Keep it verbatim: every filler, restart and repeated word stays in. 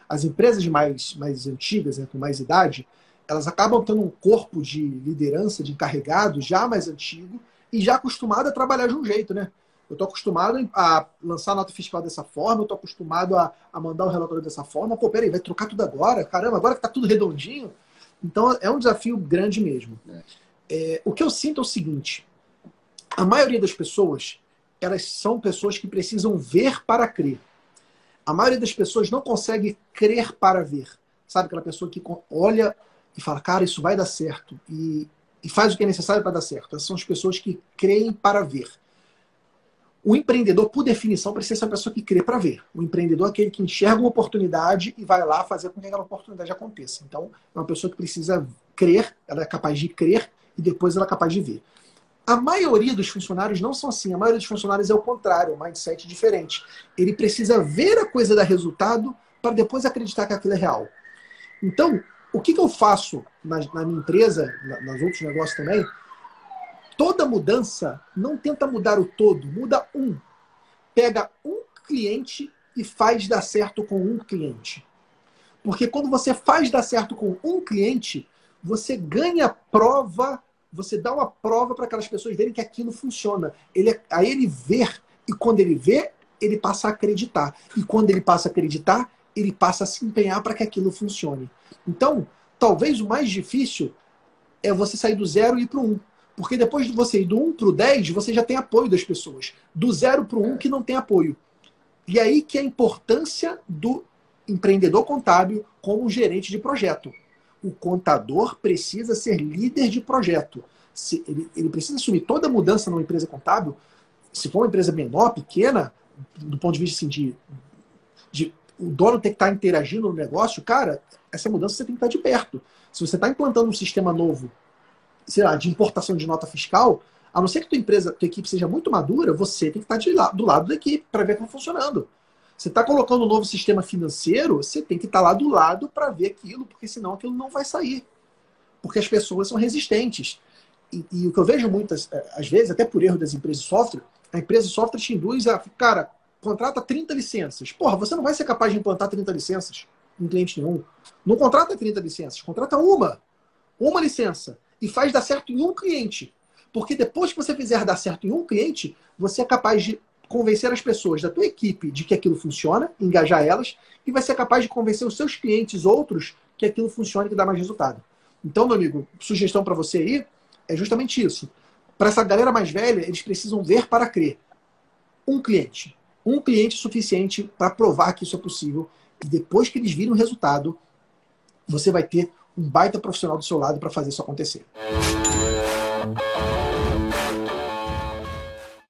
as empresas mais, mais antigas, né, com mais idade, elas acabam tendo um corpo de liderança, de encarregados já mais antigo e já acostumado a trabalhar de um jeito, né? Eu estou acostumado a lançar nota fiscal dessa forma, eu estou acostumado a, a mandar o relatório dessa forma. Pô, peraí, vai trocar tudo agora? Caramba, agora que está tudo redondinho. Então, é um desafio grande mesmo. É, o que eu sinto é o seguinte, a maioria das pessoas, elas são pessoas que precisam ver para crer. A maioria das pessoas não consegue crer para ver. Sabe, aquela pessoa que olha e fala, cara, isso vai dar certo. E, e faz o que é necessário para dar certo. Essas são as pessoas que creem para ver. O empreendedor, por definição, precisa ser uma pessoa que crê para ver. O empreendedor é aquele que enxerga uma oportunidade e vai lá fazer com que aquela oportunidade aconteça. Então, é uma pessoa que precisa crer, ela é capaz de crer e depois ela é capaz de ver. A maioria dos funcionários não são assim. A maioria dos funcionários é o contrário, é um mindset diferente. Ele precisa ver a coisa dar resultado para depois acreditar que aquilo é real. Então, o que, que eu faço na, na minha empresa, na, nos outros negócios também, toda mudança não tenta mudar o todo, muda um. Pega um cliente e faz dar certo com um cliente. Porque quando você faz dar certo com um cliente, você ganha prova, você dá uma prova para aquelas pessoas verem que aquilo funciona. Ele, aí ele vê, e quando ele vê, ele passa a acreditar. E quando ele passa a acreditar, ele passa a se empenhar para que aquilo funcione. Então, talvez o mais difícil é você sair do zero e ir para o um. Porque depois de você ir do um para o dez, você já tem apoio das pessoas. Do zero para o um que não tem apoio. E aí que é a importância do empreendedor contábil como gerente de projeto. O contador precisa ser líder de projeto. Se ele, ele precisa assumir toda mudança numa empresa contábil. Se for uma empresa menor, pequena, do ponto de vista assim, de, de o dono tem que estar interagindo no negócio, cara, essa mudança você tem que estar de perto. Se você está implantando um sistema novo, sei lá, de importação de nota fiscal, a não ser que tua empresa, tua equipe seja muito madura, você tem que estar de lá, do lado da equipe para ver como está funcionando. Você está colocando um novo sistema financeiro, você tem que estar lá do lado para ver aquilo, porque senão aquilo não vai sair. Porque as pessoas são resistentes. E, e o que eu vejo muitas, às vezes, até por erro das empresas de software, a empresa de software te induz a, cara, contrata trinta licenças. Porra, você não vai ser capaz de implantar trinta licenças em cliente nenhum. Não contrata trinta licenças, contrata uma. Uma licença. E faz dar certo em um cliente. Porque depois que você fizer dar certo em um cliente, você é capaz de convencer as pessoas da tua equipe de que aquilo funciona, engajar elas, e vai ser capaz de convencer os seus clientes outros que aquilo funciona e que dá mais resultado. Então, meu amigo, sugestão para você aí é justamente isso. Para essa galera mais velha, eles precisam ver para crer. Um cliente. Um cliente suficiente para provar que isso é possível. E depois que eles virem o resultado, você vai ter um baita profissional do seu lado para fazer isso acontecer.